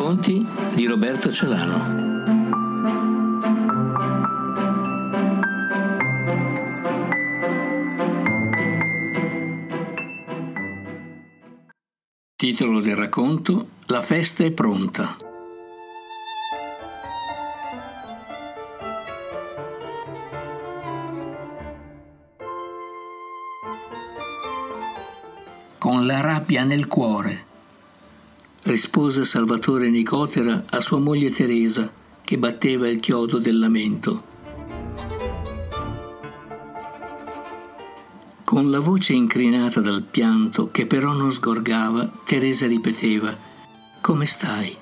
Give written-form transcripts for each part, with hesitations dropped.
Racconti di Roberto Celano. Titolo del racconto: La festa è pronta. Con la rabbia nel cuore, rispose Salvatore Nicotera a sua moglie Teresa, che batteva il chiodo del lamento. Con la voce incrinata dal pianto, che però non sgorgava, Teresa ripeteva: «Come stai?»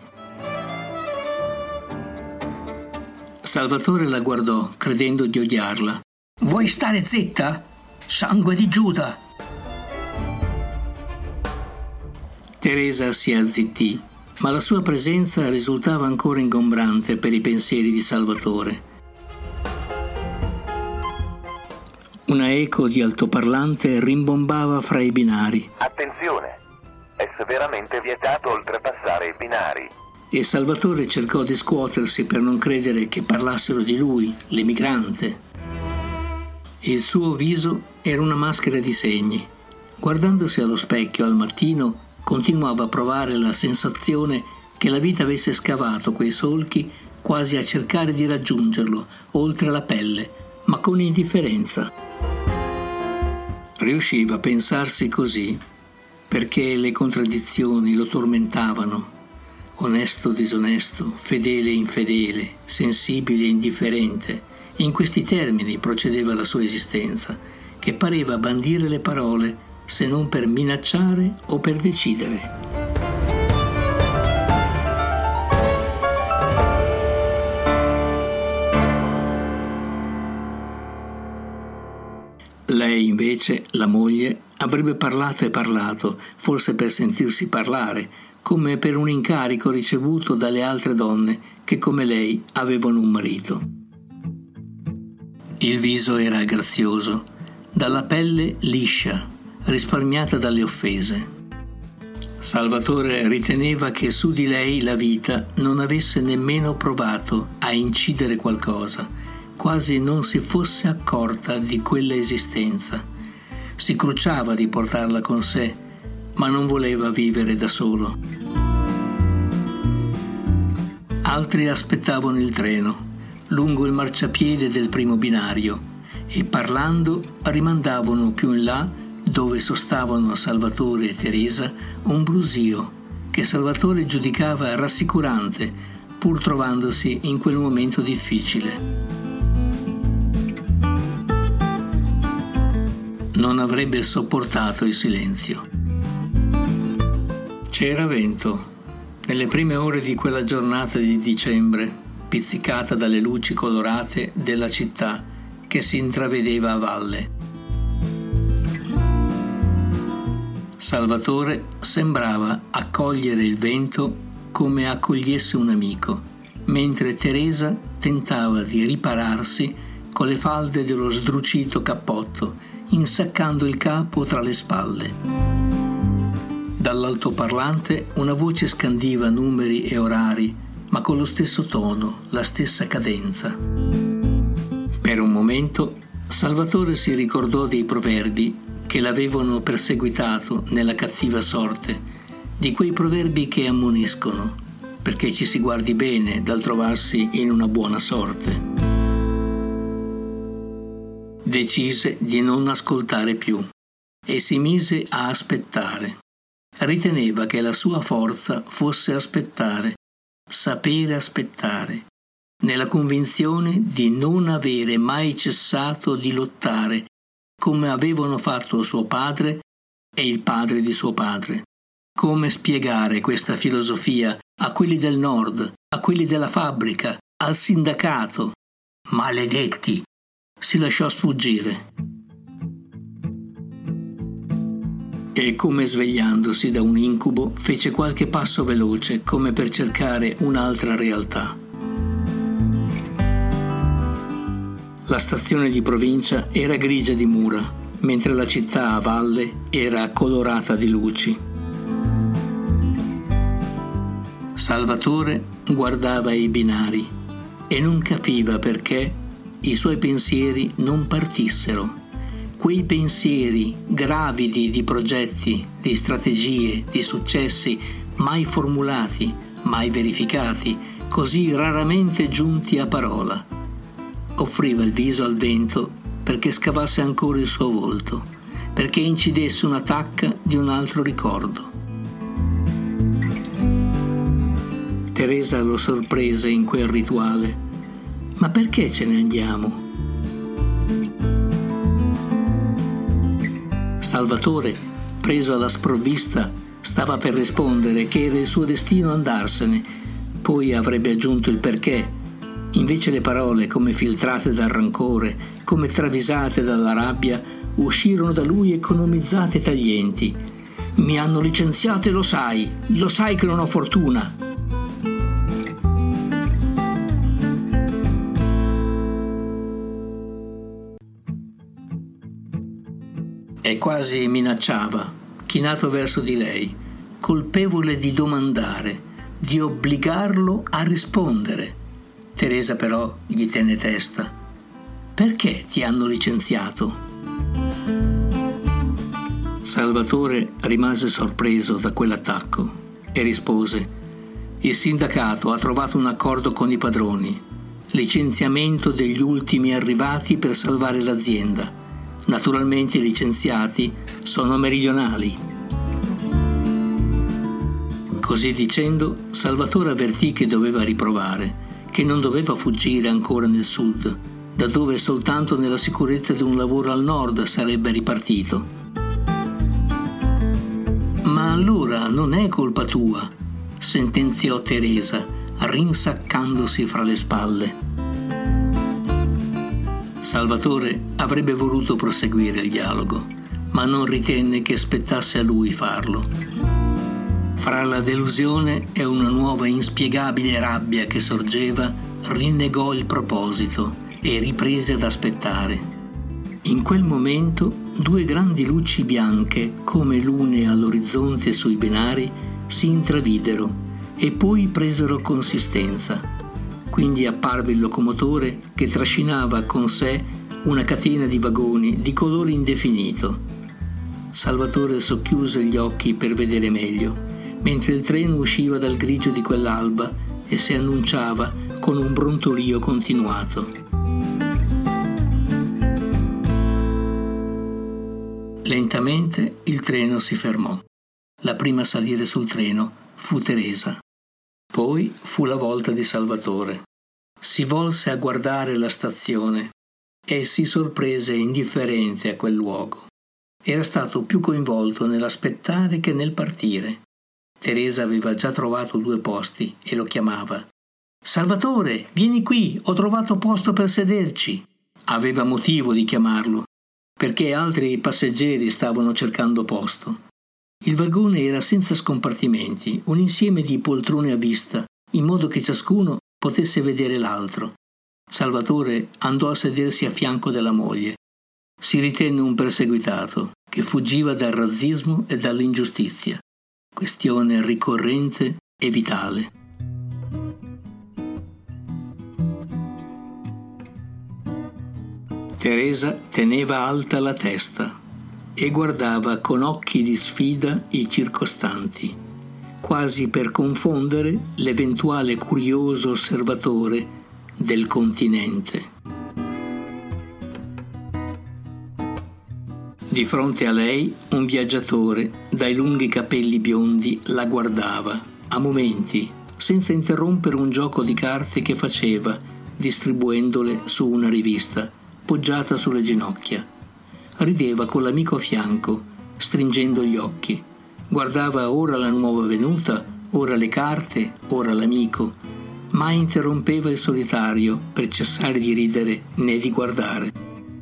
Salvatore la guardò, credendo di odiarla. «Vuoi stare zitta? Sangue di Giuda!» Teresa si azzittì, ma la sua presenza risultava ancora ingombrante per i pensieri di Salvatore. Una eco di altoparlante rimbombava fra i binari. Attenzione! È severamente vietato oltrepassare i binari. E Salvatore cercò di scuotersi per non credere che parlassero di lui, l'emigrante. Il suo viso era una maschera di segni. Guardandosi allo specchio al mattino, continuava a provare la sensazione che la vita avesse scavato quei solchi quasi a cercare di raggiungerlo, oltre la pelle, ma con indifferenza. Riusciva a pensarsi così perché le contraddizioni lo tormentavano. Onesto, disonesto, fedele, infedele, sensibile, indifferente. In questi termini procedeva la sua esistenza, che pareva bandire le parole se non per minacciare o per decidere. Lei invece, la moglie, avrebbe parlato e parlato, forse per sentirsi parlare, come per un incarico ricevuto dalle altre donne che come lei avevano un marito. Il viso era grazioso, dalla pelle liscia, risparmiata dalle offese. Salvatore riteneva che su di lei la vita non avesse nemmeno provato a incidere qualcosa, quasi non si fosse accorta di quella esistenza. Si crucciava di portarla con sé, ma non voleva vivere da solo. Altri aspettavano il treno, lungo il marciapiede del primo binario, e parlando rimandavano più in là, dove sostavano Salvatore e Teresa, un brusio che Salvatore giudicava rassicurante, pur trovandosi in quel momento difficile. Non avrebbe sopportato il silenzio. C'era vento. Nelle prime ore di quella giornata di dicembre, pizzicata dalle luci colorate della città che si intravedeva a valle. Salvatore sembrava accogliere il vento come accogliesse un amico, mentre Teresa tentava di ripararsi con le falde dello sdrucito cappotto, insaccando il capo tra le spalle. Dall'altoparlante una voce scandiva numeri e orari, ma con lo stesso tono, la stessa cadenza. Per un momento Salvatore si ricordò dei proverbi che l'avevano perseguitato nella cattiva sorte, di quei proverbi che ammoniscono, perché ci si guardi bene dal trovarsi in una buona sorte. Decise di non ascoltare più e si mise a aspettare. Riteneva che la sua forza fosse aspettare, sapere aspettare, nella convinzione di non avere mai cessato di lottare, come avevano fatto suo padre e il padre di suo padre. Come spiegare questa filosofia a quelli del nord, a quelli della fabbrica, al sindacato? Maledetti! Si lasciò sfuggire. E come svegliandosi da un incubo fece qualche passo veloce come per cercare un'altra realtà. La stazione di provincia era grigia di mura, mentre la città a valle era colorata di luci. Salvatore guardava i binari e non capiva perché i suoi pensieri non partissero. Quei pensieri gravidi di progetti, di strategie, di successi mai formulati, mai verificati, così raramente giunti a parola. Offriva il viso al vento perché scavasse ancora il suo volto, perché incidesse una tacca di un altro ricordo. Teresa lo sorprese in quel rituale. Ma perché ce ne andiamo? Salvatore, preso alla sprovvista, stava per rispondere che era il suo destino andarsene, poi avrebbe aggiunto il perché. Invece le parole, come filtrate dal rancore, come travisate dalla rabbia, uscirono da lui economizzate e taglienti. Mi hanno licenziato e lo sai che non ho fortuna. E quasi minacciava, chinato verso di lei, colpevole di domandare, di obbligarlo a rispondere. Teresa però gli tenne testa. Perché ti hanno licenziato? Salvatore rimase sorpreso da quell'attacco e rispose: il sindacato ha trovato un accordo con i padroni, licenziamento degli ultimi arrivati per salvare l'azienda. Naturalmente i licenziati sono meridionali. Così dicendo, Salvatore avvertì che doveva riprovare, che non doveva fuggire ancora nel sud, da dove soltanto nella sicurezza di un lavoro al nord sarebbe ripartito. Ma allora non è colpa tua, sentenziò Teresa, rinsaccandosi fra le spalle. Salvatore avrebbe voluto proseguire il dialogo, ma non ritenne che spettasse a lui farlo. Fra la delusione e una nuova inspiegabile rabbia che sorgeva, rinnegò il proposito e riprese ad aspettare. In quel momento, due grandi luci bianche, come lune all'orizzonte sui binari, si intravidero e poi presero consistenza. Quindi apparve il locomotore che trascinava con sé una catena di vagoni di colore indefinito. Salvatore socchiuse gli occhi per vedere meglio, mentre il treno usciva dal grigio di quell'alba e si annunciava con un brontolio continuato. Lentamente il treno si fermò. La prima a salire sul treno fu Teresa. Poi fu la volta di Salvatore. Si volse a guardare la stazione e si sorprese indifferente a quel luogo. Era stato più coinvolto nell'aspettare che nel partire. Teresa aveva già trovato 2 posti e lo chiamava. «Salvatore, vieni qui, ho trovato posto per sederci!» Aveva motivo di chiamarlo, perché altri passeggeri stavano cercando posto. Il vagone era senza scompartimenti, un insieme di poltrone a vista, in modo che ciascuno potesse vedere l'altro. Salvatore andò a sedersi a fianco della moglie. Si ritenne un perseguitato che fuggiva dal razzismo e dall'ingiustizia, questione ricorrente e vitale. Teresa teneva alta la testa e guardava con occhi di sfida i circostanti, quasi per confondere l'eventuale curioso osservatore del continente. Di fronte a lei un viaggiatore dai lunghi capelli biondi la guardava, a momenti, senza interrompere un gioco di carte che faceva, distribuendole su una rivista, poggiata sulle ginocchia. Rideva con l'amico a fianco, stringendo gli occhi. Guardava ora la nuova venuta, ora le carte, ora l'amico. Mai interrompeva il solitario per cessare di ridere né di guardare.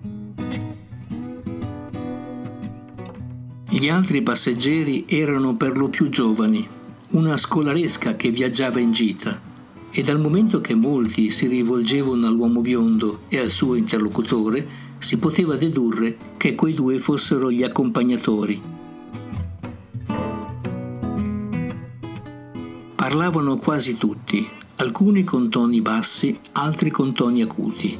Gli altri passeggeri erano per lo più giovani, una scolaresca che viaggiava in gita, e dal momento che molti si rivolgevano all'uomo biondo e al suo interlocutore, si poteva dedurre che quei 2 fossero gli accompagnatori. Parlavano quasi tutti, alcuni con toni bassi, altri con toni acuti.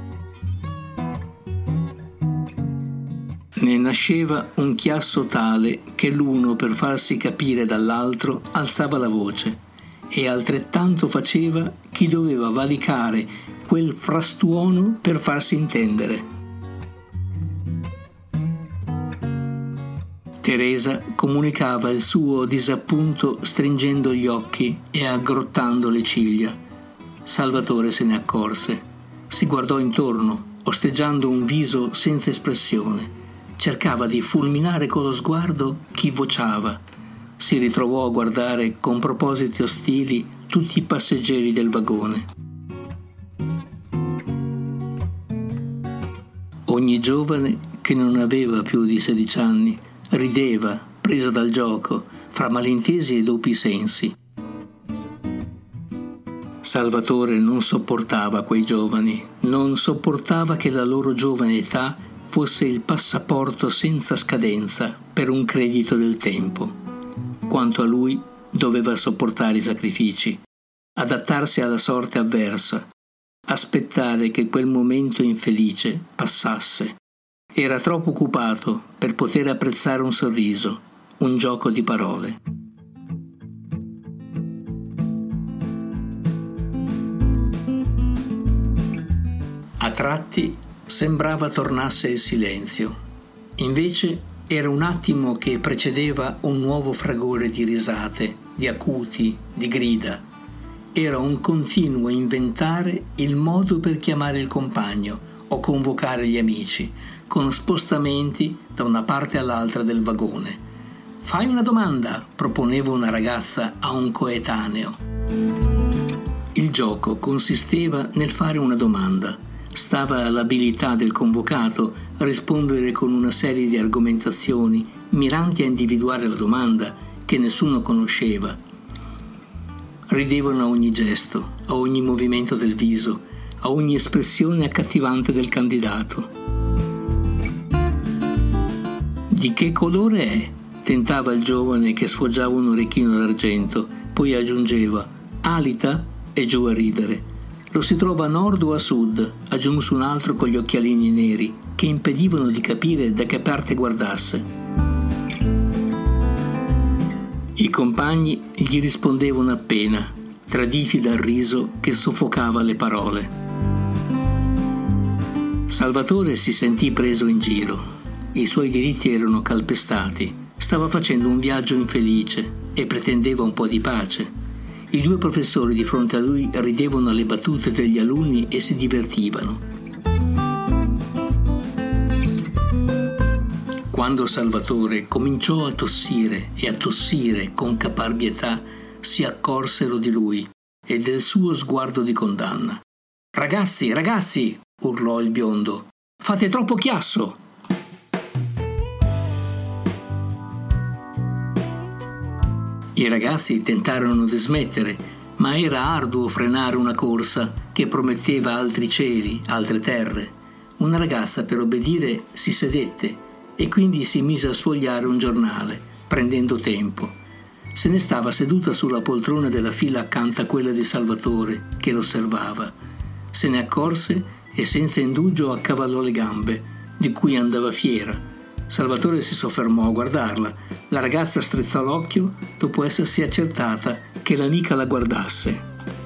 Ne nasceva un chiasso tale che l'uno, per farsi capire dall'altro, alzava la voce, e altrettanto faceva chi doveva valicare quel frastuono per farsi intendere. Teresa comunicava il suo disappunto stringendo gli occhi e aggrottando le ciglia. Salvatore se ne accorse. Si guardò intorno, osteggiando un viso senza espressione. Cercava di fulminare con lo sguardo chi vociava. Si ritrovò a guardare con propositi ostili tutti i passeggeri del vagone. Ogni giovane che non aveva più di 16 anni rideva, preso dal gioco, fra malintesi e doppi sensi. Salvatore non sopportava quei giovani, non sopportava che la loro giovane età fosse il passaporto senza scadenza per un credito del tempo. Quanto a lui, doveva sopportare i sacrifici, adattarsi alla sorte avversa, aspettare che quel momento infelice passasse. Era troppo occupato per poter apprezzare un sorriso, un gioco di parole. A tratti sembrava tornasse il silenzio. Invece era un attimo che precedeva un nuovo fragore di risate, di acuti, di grida. Era un continuo inventare il modo per chiamare il compagno o convocare gli amici, con spostamenti da una parte all'altra del vagone. «Fai una domanda», proponeva una ragazza a un coetaneo. Il gioco consisteva nel fare una domanda. Stava all'abilità del convocato rispondere con una serie di argomentazioni miranti a individuare la domanda che nessuno conosceva. Ridevano a ogni gesto, a ogni movimento del viso, a ogni espressione accattivante del candidato. «Di che colore è?» tentava il giovane che sfoggiava un orecchino d'argento, poi aggiungeva «Alita?» e giù a ridere. «Lo si trova a nord o a sud?» aggiunse un altro con gli occhialini neri che impedivano di capire da che parte guardasse. I compagni gli rispondevano appena, traditi dal riso che soffocava le parole. Salvatore si sentì preso in giro. I suoi diritti erano calpestati, stava facendo un viaggio infelice e pretendeva un po' di pace. I due professori di fronte a lui ridevano alle battute degli alunni e si divertivano. Quando Salvatore cominciò a tossire e a tossire con caparbietà, si accorsero di lui e del suo sguardo di condanna. «Ragazzi, ragazzi!» urlò il biondo. «Fate troppo chiasso!» I ragazzi tentarono di smettere, ma era arduo frenare una corsa che prometteva altri cieli, altre terre. Una ragazza, per obbedire, si sedette e quindi si mise a sfogliare un giornale, prendendo tempo. Se ne stava seduta sulla poltrona della fila accanto a quella di Salvatore, che lo osservava. Se ne accorse e senza indugio accavallò le gambe, di cui andava fiera. Salvatore si soffermò a guardarla. La ragazza strizzò l'occhio dopo essersi accertata che l'amica la guardasse.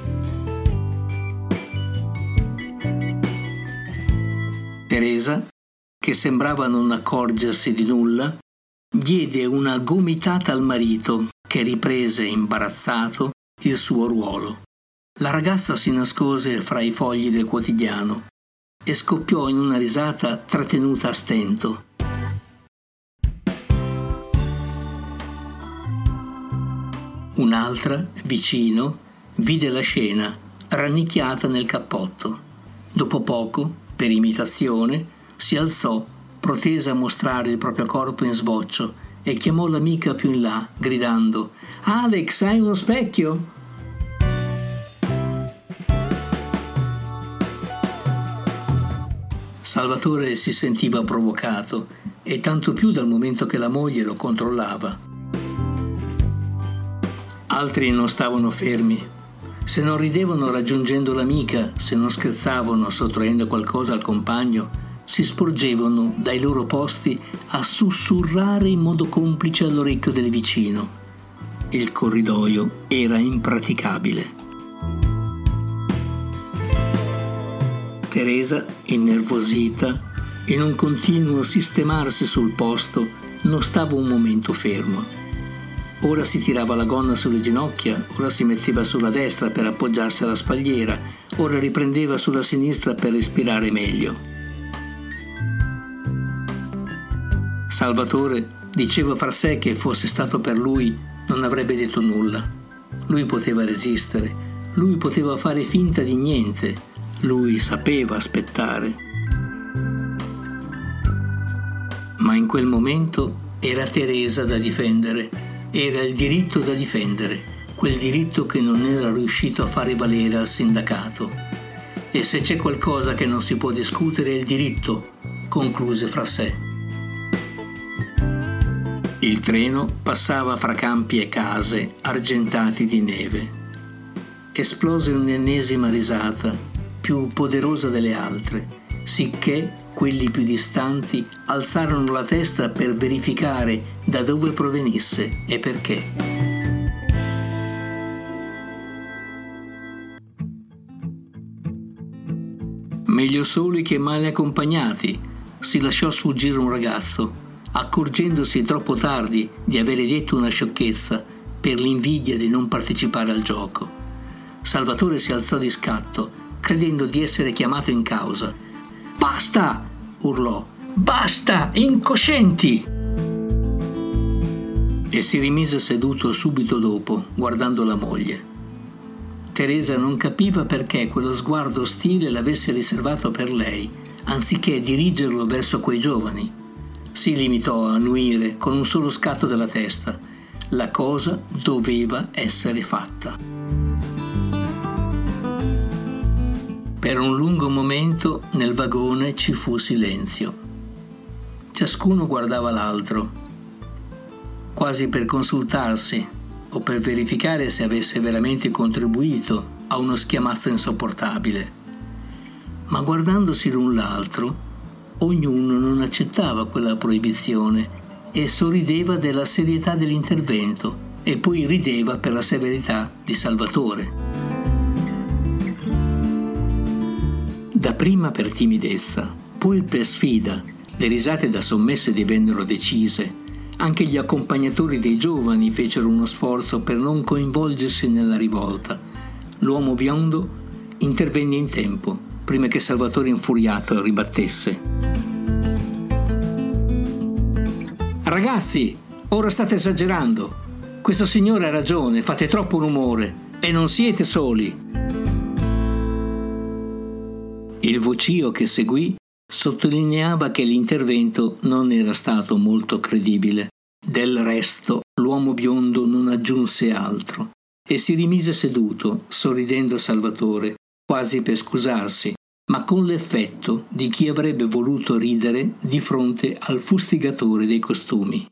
Teresa, che sembrava non accorgersi di nulla, diede una gomitata al marito che riprese imbarazzato il suo ruolo. La ragazza si nascose fra i fogli del quotidiano e scoppiò in una risata trattenuta a stento. Un'altra, vicino, vide la scena, rannicchiata nel cappotto. Dopo poco, per imitazione, si alzò, protesa a mostrare il proprio corpo in sboccio, e chiamò l'amica più in là, gridando: «Alex, hai uno specchio?» Salvatore si sentiva provocato, e tanto più dal momento che la moglie lo controllava. Altri non stavano fermi. Se non ridevano raggiungendo l'amica, se non scherzavano sottraendo qualcosa al compagno, si sporgevano dai loro posti a sussurrare in modo complice all'orecchio del vicino. Il corridoio era impraticabile. Teresa, innervosita, in un continuo sistemarsi sul posto, non stava un momento fermo. Ora si tirava la gonna sulle ginocchia, ora si metteva sulla destra per appoggiarsi alla spalliera, ora riprendeva sulla sinistra per respirare meglio. Salvatore diceva fra sé che fosse stato per lui non avrebbe detto nulla. Lui poteva resistere, lui poteva fare finta di niente, lui sapeva aspettare. Ma in quel momento era Teresa da difendere. Era il diritto da difendere, quel diritto che non era riuscito a fare valere al sindacato. E se c'è qualcosa che non si può discutere è il diritto, concluse fra sé. Il treno passava fra campi e case argentati di neve. Esplose un'ennesima risata, più poderosa delle altre, sicché quelli più distanti alzarono la testa per verificare da dove provenisse e perché. Meglio soli che male accompagnati, si lasciò sfuggire un ragazzo, accorgendosi troppo tardi di avere detto una sciocchezza per l'invidia di non partecipare al gioco. Salvatore si alzò di scatto, credendo di essere chiamato in causa. «Basta!» urlò. «Basta! Incoscienti!» E si rimise seduto subito dopo, guardando la moglie. Teresa non capiva perché quello sguardo ostile l'avesse riservato per lei, anziché dirigerlo verso quei giovani. Si limitò a annuire con un solo scatto della testa. La cosa doveva essere fatta. Per un lungo momento nel vagone ci fu silenzio. Ciascuno guardava l'altro, quasi per consultarsi o per verificare se avesse veramente contribuito a uno schiamazzo insopportabile. Ma guardandosi l'un l'altro, ognuno non accettava quella proibizione e sorrideva della serietà dell'intervento e poi rideva per la severità di Salvatore. Dapprima per timidezza, poi per sfida, le risate da sommesse divennero decise. Anche gli accompagnatori dei giovani fecero uno sforzo per non coinvolgersi nella rivolta. L'uomo biondo intervenne in tempo, prima che Salvatore infuriato ribattesse. «Ragazzi, ora state esagerando. Questo signore ha ragione, fate troppo rumore e non siete soli». Il vocio che seguì sottolineava che l'intervento non era stato molto credibile. Del resto, l'uomo biondo non aggiunse altro e si rimise seduto, sorridendo a Salvatore, quasi per scusarsi, ma con l'effetto di chi avrebbe voluto ridere di fronte al fustigatore dei costumi.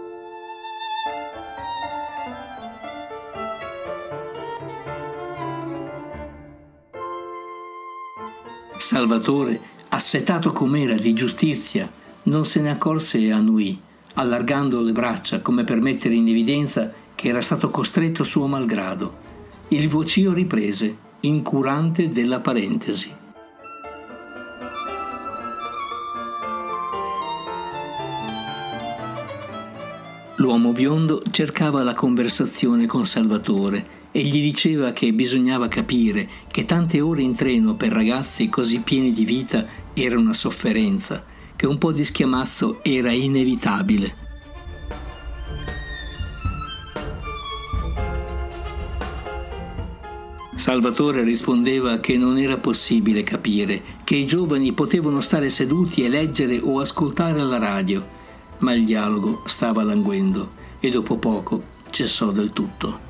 Salvatore, assetato com'era di giustizia, non se ne accorse e annuì, allargando le braccia come per mettere in evidenza che era stato costretto suo malgrado. Il vocio riprese, incurante della parentesi. L'uomo biondo cercava la conversazione con Salvatore e gli diceva che bisognava capire che tante ore in treno per ragazzi così pieni di vita era una sofferenza, che un po' di schiamazzo era inevitabile. Salvatore rispondeva che non era possibile capire, che i giovani potevano stare seduti e leggere o ascoltare la radio, ma il dialogo stava languendo e dopo poco cessò del tutto.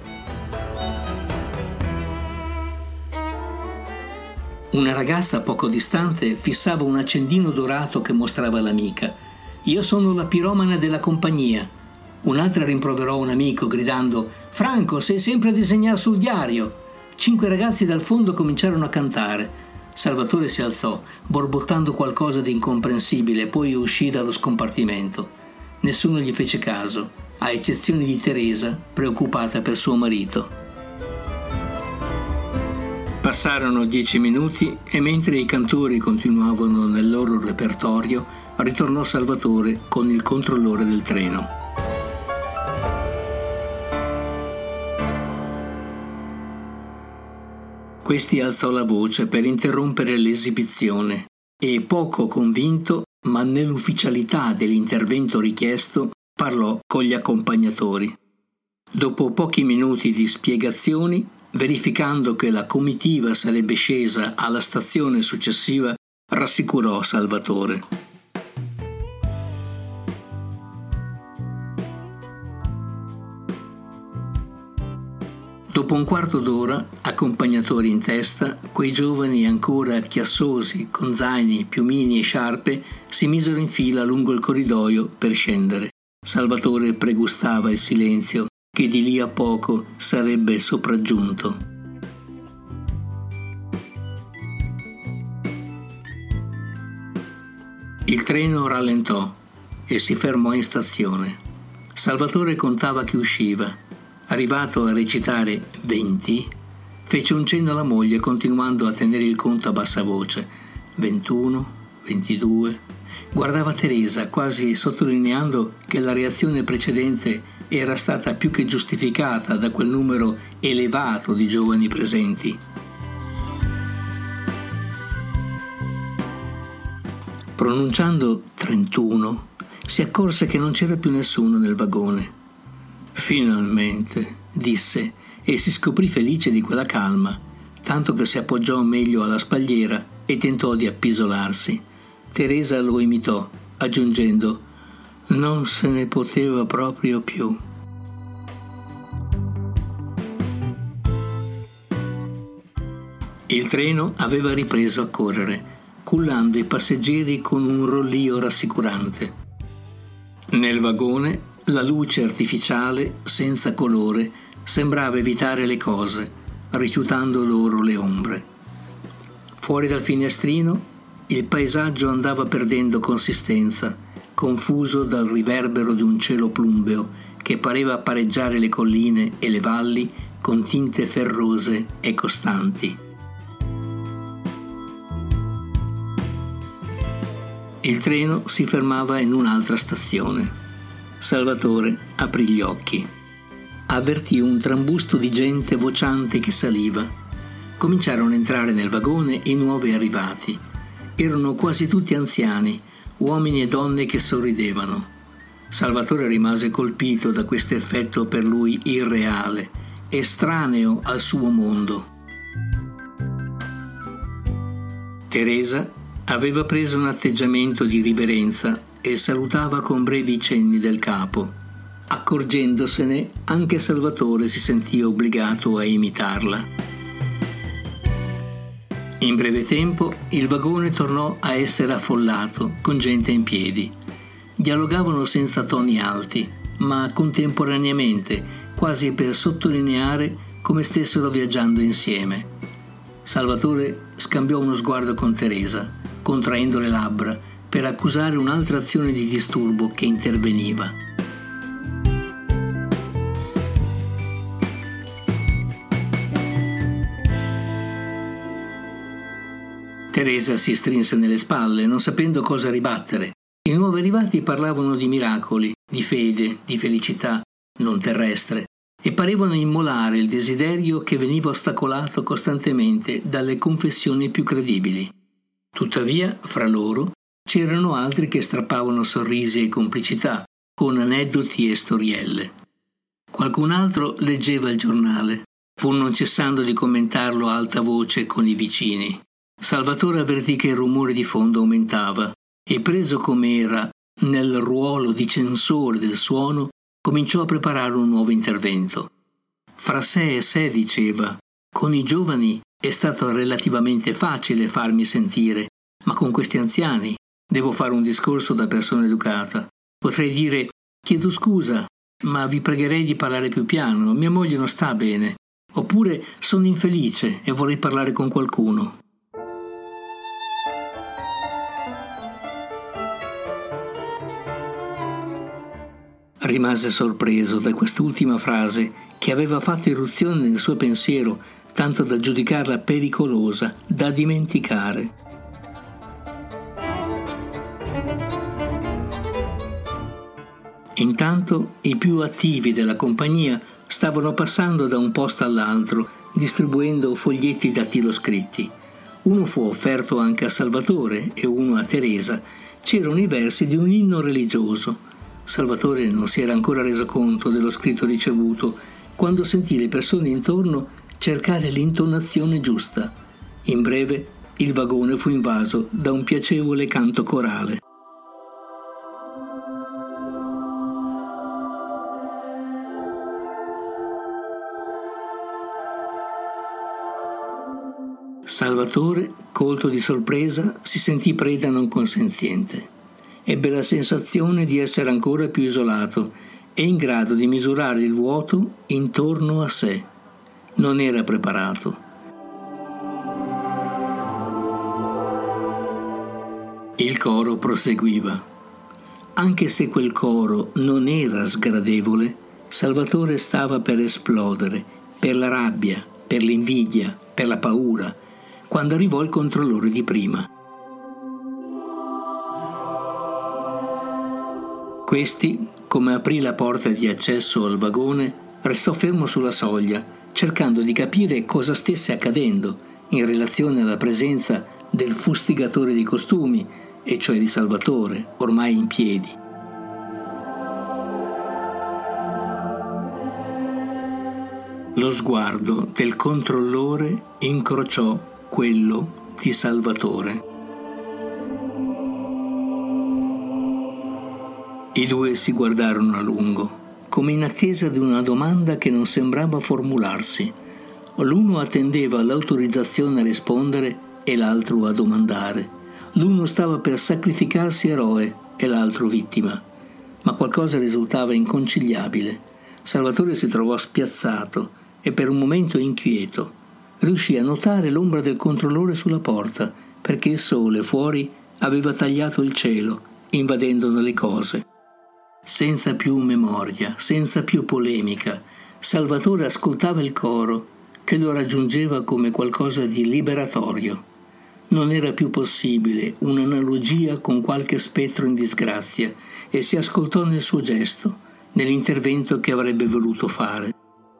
Una ragazza poco distante fissava un accendino dorato che mostrava l'amica. «Io sono la piromane della compagnia». Un'altra rimproverò un amico gridando Franco, sei sempre a disegnare sul diario. 5 ragazzi dal fondo cominciarono a cantare. Salvatore si alzò, borbottando qualcosa di incomprensibile, e poi uscì dallo scompartimento. Nessuno gli fece caso, a eccezione di Teresa, preoccupata per suo marito. Passarono 10 minuti e mentre i cantori continuavano nel loro repertorio, ritornò Salvatore con il controllore del treno. Questi alzò la voce per interrompere l'esibizione e, poco convinto, ma nell'ufficialità dell'intervento richiesto, parlò con gli accompagnatori. Dopo pochi minuti di spiegazioni, verificando che la comitiva sarebbe scesa alla stazione successiva, rassicurò Salvatore. Dopo un quarto d'ora, accompagnatori in testa, quei giovani ancora chiassosi, con zaini, piumini e sciarpe, si misero in fila lungo il corridoio per scendere. Salvatore pregustava il silenzio che di lì a poco sarebbe sopraggiunto. Il treno rallentò e si fermò in stazione. Salvatore contava chi usciva. Arrivato a recitare 20, fece un cenno alla moglie continuando a tenere il conto a bassa voce. 21, 22. Guardava Teresa, quasi sottolineando che la reazione precedente era stata più che giustificata da quel numero elevato di giovani presenti. Pronunciando 31, si accorse che non c'era più nessuno nel vagone. «Finalmente», disse, e si scoprì felice di quella calma, tanto che si appoggiò meglio alla spalliera e tentò di appisolarsi. Teresa lo imitò, aggiungendo: «Non se ne poteva proprio più». Il treno aveva ripreso a correre, cullando i passeggeri con un rollio rassicurante. Nel vagone la luce artificiale, senza colore, sembrava evitare le cose, rifiutando loro le ombre. Fuori dal finestrino, il paesaggio andava perdendo consistenza, confuso dal riverbero di un cielo plumbeo che pareva pareggiare le colline e le valli con tinte ferrose e costanti. Il treno si fermava in un'altra stazione. Salvatore aprì gli occhi. Avvertì un trambusto di gente vociante che saliva. Cominciarono a entrare nel vagone i nuovi arrivati. Erano quasi tutti anziani, uomini e donne che sorridevano. Salvatore rimase colpito da questo effetto per lui irreale, estraneo al suo mondo. Teresa aveva preso un atteggiamento di riverenza e salutava con brevi cenni del capo. Accorgendosene, anche Salvatore si sentì obbligato a imitarla. In breve tempo il vagone tornò a essere affollato, con gente in piedi. Dialogavano senza toni alti, ma contemporaneamente, quasi per sottolineare come stessero viaggiando insieme. Salvatore scambiò uno sguardo con Teresa, contraendo le labbra, per accusare un'altra azione di disturbo che interveniva. Teresa si strinse nelle spalle, non sapendo cosa ribattere. I nuovi arrivati parlavano di miracoli, di fede, di felicità non terrestre, e parevano immolare il desiderio che veniva ostacolato costantemente dalle confessioni più credibili. Tuttavia, fra loro, c'erano altri che strappavano sorrisi e complicità, con aneddoti e storielle. Qualcun altro leggeva il giornale, pur non cessando di commentarlo a alta voce con i vicini. Salvatore avvertì che il rumore di fondo aumentava e, preso com'era nel ruolo di censore del suono, cominciò a preparare un nuovo intervento. Fra sé e sé diceva: «Con i giovani è stato relativamente facile farmi sentire, ma con questi anziani devo fare un discorso da persona educata. Potrei dire: chiedo scusa, ma vi pregherei di parlare più piano, mia moglie non sta bene, oppure sono infelice e vorrei parlare con qualcuno. Rimase sorpreso da quest'ultima frase che aveva fatto irruzione nel suo pensiero, tanto da giudicarla pericolosa, da dimenticare. Intanto i più attivi della compagnia stavano passando da un posto all'altro, distribuendo foglietti dattiloscritti. Uno fu offerto anche a Salvatore e uno a Teresa. C'erano i versi di un inno religioso. Salvatore non si era ancora reso conto dello scritto ricevuto quando sentì le persone intorno cercare l'intonazione giusta. In breve, il vagone fu invaso da un piacevole canto corale. Salvatore, colto di sorpresa, si sentì preda non consenziente. Ebbe la sensazione di essere ancora più isolato e in grado di misurare il vuoto intorno a sé. Non era preparato. Il coro proseguiva. Anche se quel coro non era sgradevole, Salvatore stava per esplodere, per la rabbia, per l'invidia, per la paura, quando arrivò il controllore di prima. Questi, come aprì la porta di accesso al vagone, restò fermo sulla soglia, cercando di capire cosa stesse accadendo in relazione alla presenza del fustigatore di costumi, e cioè di Salvatore, ormai in piedi. Lo sguardo del controllore incrociò quello di Salvatore. I due si guardarono a lungo, come in attesa di una domanda che non sembrava formularsi. L'uno attendeva l'autorizzazione a rispondere e l'altro a domandare. L'uno stava per sacrificarsi eroe e l'altro vittima. Ma qualcosa risultava inconciliabile. Salvatore si trovò spiazzato e per un momento inquieto. Riuscì a notare l'ombra del controllore sulla porta, perché il sole fuori aveva tagliato il cielo, invadendone le cose. Senza più memoria, senza più polemica, Salvatore ascoltava il coro che lo raggiungeva come qualcosa di liberatorio. Non era più possibile un'analogia con qualche spettro in disgrazia e si ascoltò nel suo gesto, nell'intervento che avrebbe voluto fare.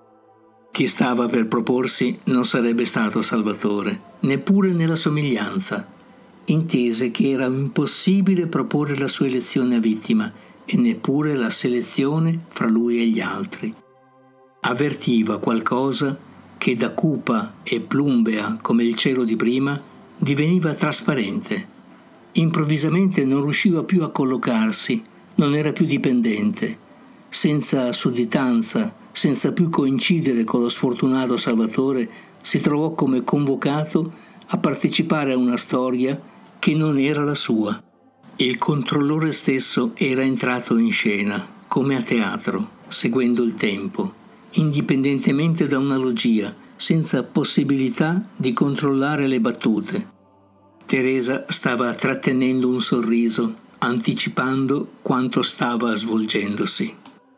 Chi stava per proporsi non sarebbe stato Salvatore, neppure nella somiglianza. Intese che era impossibile proporre la sua elezione a vittima e neppure la selezione fra lui e gli altri. Avvertiva qualcosa che da cupa e plumbea come il cielo di prima diveniva trasparente. Improvvisamente non riusciva più a collocarsi, non era più dipendente. Senza sudditanza, senza più coincidere con lo sfortunato Salvatore, si trovò come convocato a partecipare a una storia che non era la sua. Il controllore stesso era entrato in scena, come a teatro, seguendo il tempo, indipendentemente da un'analogia, senza possibilità di controllare le battute. Teresa stava trattenendo un sorriso, anticipando quanto stava svolgendosi.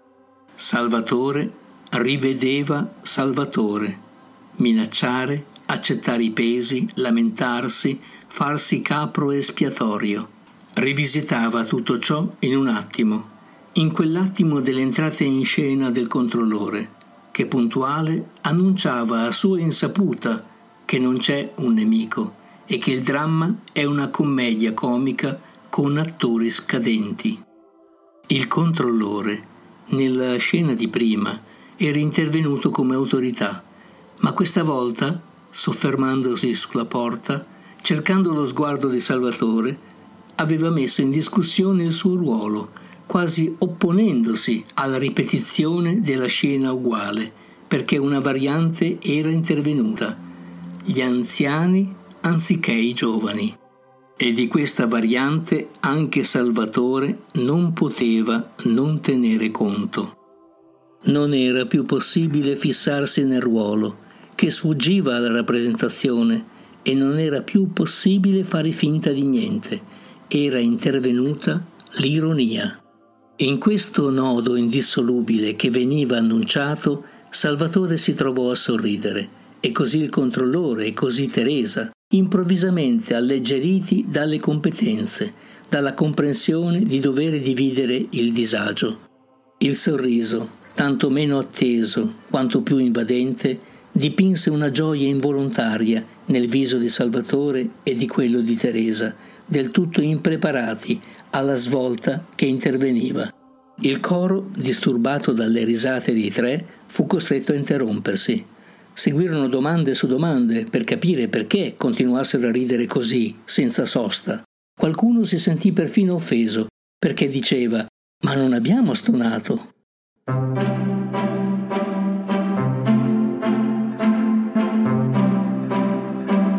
Salvatore rivedeva Salvatore, minacciare, accettare i pesi, lamentarsi, farsi capro espiatorio. Rivisitava tutto ciò in un attimo, in quell'attimo dell'entrata in scena del controllore, che puntuale annunciava a sua insaputa che non c'è un nemico e che il dramma è una commedia comica con attori scadenti. Il controllore, nella scena di prima, era intervenuto come autorità, ma questa volta, soffermandosi sulla porta, cercando lo sguardo di Salvatore, aveva messo in discussione il suo ruolo, quasi opponendosi alla ripetizione della scena uguale, perché una variante era intervenuta: gli anziani anziché i giovani. E di questa variante anche Salvatore non poteva non tenere conto. Non era più possibile fissarsi nel ruolo, che sfuggiva alla rappresentazione, e non era più possibile fare finta di niente. Era intervenuta l'ironia. In questo nodo indissolubile che veniva annunciato, Salvatore si trovò a sorridere, e così il controllore e così Teresa, improvvisamente alleggeriti dalle competenze, dalla comprensione di dover dividere il disagio. Il sorriso, tanto meno atteso quanto più invadente, dipinse una gioia involontaria nel viso di Salvatore e di quello di Teresa, del tutto impreparati alla svolta che interveniva. Il coro, disturbato dalle risate dei tre, fu costretto a interrompersi. Seguirono domande su domande per capire perché continuassero a ridere così, senza sosta. Qualcuno si sentì perfino offeso, perché diceva: «Ma non abbiamo stonato».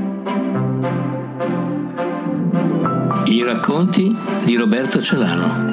I racconti di Roberto Celano.